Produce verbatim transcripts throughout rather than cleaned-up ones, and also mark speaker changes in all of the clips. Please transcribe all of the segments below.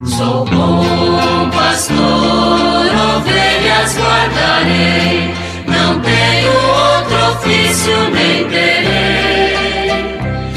Speaker 1: Sou bom pastor, ovelhas guardarei, não tenho outro ofício nem terei.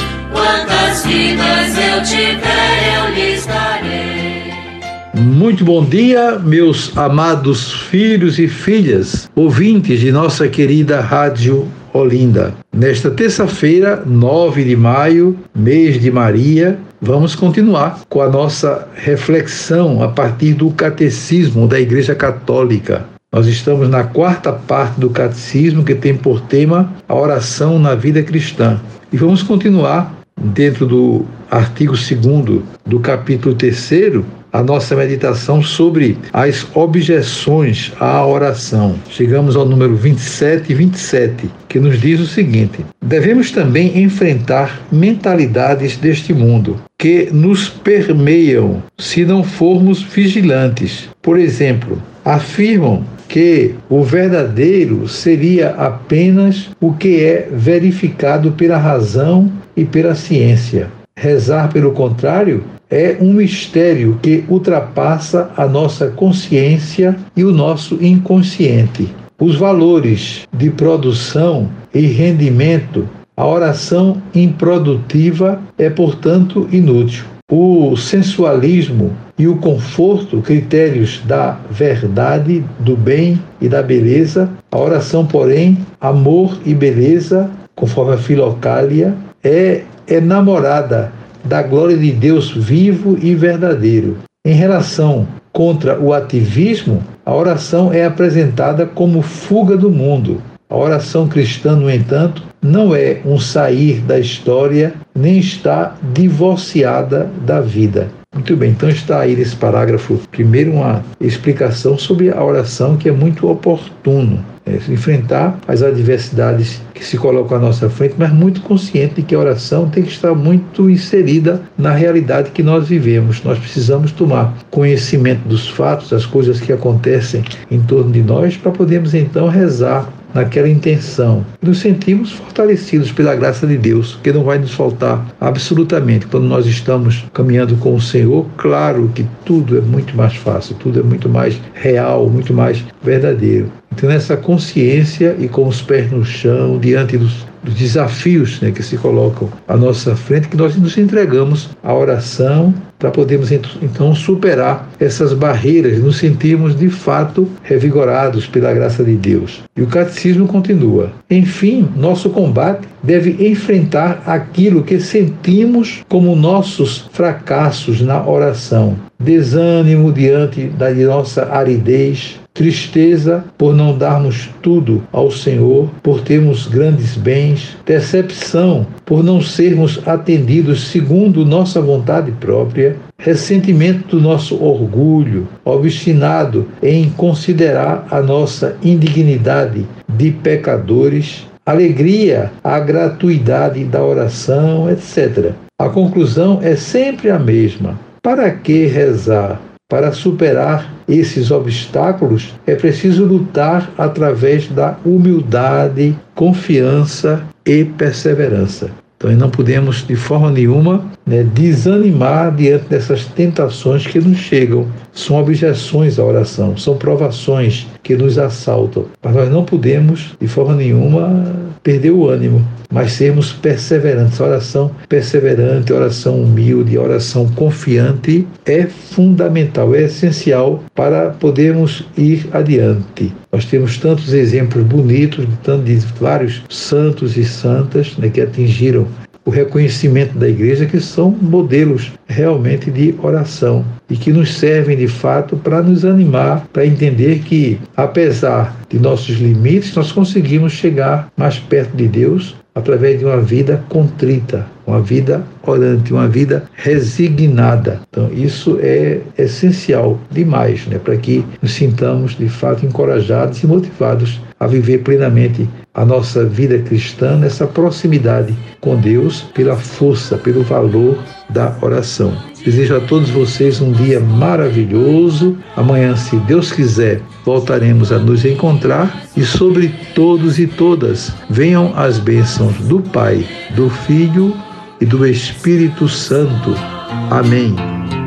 Speaker 1: Quantas vidas eu tiver, eu lhes darei.
Speaker 2: Muito bom dia, meus amados filhos e filhas, ouvintes de nossa querida Rádio Olinda. Nesta terça-feira, nove de maio, mês de Maria, vamos continuar com a nossa reflexão a partir do Catecismo da Igreja Católica. Nós estamos na quarta parte do Catecismo, que tem por tema a oração na vida cristã. E vamos continuar dentro do artigo segundo do capítulo terceiro, a nossa meditação sobre as objeções à oração. Chegamos ao número vinte e sete e vinte e sete, que nos diz o seguinte: devemos também enfrentar mentalidades deste mundo que nos permeiam se não formos vigilantes. Por exemplo, afirmam que o verdadeiro seria apenas o que é verificado pela razão e pela ciência. Rezar, pelo contrário, é um mistério que ultrapassa a nossa consciência e o nosso inconsciente. Os valores de produção e rendimento, a oração improdutiva é, portanto, inútil. O sensualismo e o conforto, critérios da verdade, do bem e da beleza, a oração, porém, amor e beleza, conforme a Filocália, é enamorada da glória de Deus vivo e verdadeiro. Em relação contra o ativismo, a oração é apresentada como fuga do mundo. A oração cristã, no entanto, não é um sair da história, nem está divorciada da vida. Muito bem, então está aí nesse parágrafo primeiro uma explicação sobre a oração, que é muito oportuno. É, enfrentar as adversidades que se colocam à nossa frente, mas muito consciente de que a oração tem que estar muito inserida na realidade que nós vivemos. Nós precisamos tomar conhecimento dos fatos, das coisas que acontecem em torno de nós, para podermos então rezar naquela intenção. Nos sentimos fortalecidos pela graça de Deus, que não vai nos faltar absolutamente. Quando nós estamos caminhando com o Senhor, claro que tudo é muito mais fácil, tudo é muito mais real, muito mais verdadeiro. Então, nessa consciência e com os pés no chão, diante dos, dos desafios, né, que se colocam à nossa frente, que nós nos entregamos à oração para podermos então superar essas barreiras, nos sentirmos de fato revigorados pela graça de Deus. E o catecismo continua: enfim, nosso combate deve enfrentar aquilo que sentimos como nossos fracassos na oração. Desânimo diante da nossa aridez, tristeza por não darmos tudo ao Senhor, por termos grandes bens, decepção por não sermos atendidos segundo nossa vontade própria, ressentimento do nosso orgulho, obstinado em considerar a nossa indignidade de pecadores, alegria à gratuidade da oração, etcétera. A conclusão é sempre a mesma. Para que rezar? Para superar esses obstáculos, é preciso lutar através da humildade, confiança e perseverança. Então, não podemos, de forma nenhuma, né, desanimar diante dessas tentações que nos chegam. São objeções à oração, são provações que nos assaltam. Mas nós não podemos, de forma nenhuma, perder o ânimo, mas sermos perseverantes. A oração perseverante, a oração humilde, a oração confiante é fundamental, é essencial para podermos ir adiante. Nós temos tantos exemplos bonitos de vários santos e santas, né, que atingiram o reconhecimento da igreja, que são modelos realmente de oração e que nos servem de fato para nos animar, para entender que, apesar de nossos limites, nós conseguimos chegar mais perto de Deus através de uma vida contrita, uma vida orante, uma vida resignada. Então, isso é essencial demais, né, para que nos sintamos de fato encorajados e motivados a viver plenamente a nossa vida cristã nessa proximidade com Deus, pela força, pelo valor da oração. Desejo a todos vocês um dia maravilhoso. Amanhã, se Deus quiser, voltaremos a nos encontrar e sobre todos e todas venham as bênçãos do Pai, do Filho e do Espírito Santo. Amém.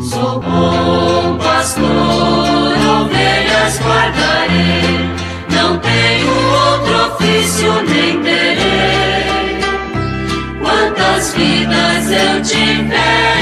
Speaker 1: Sou bom pastor, ovelhas guardarei, não tenho outro ofício nem terei. Quantas vidas eu tiver,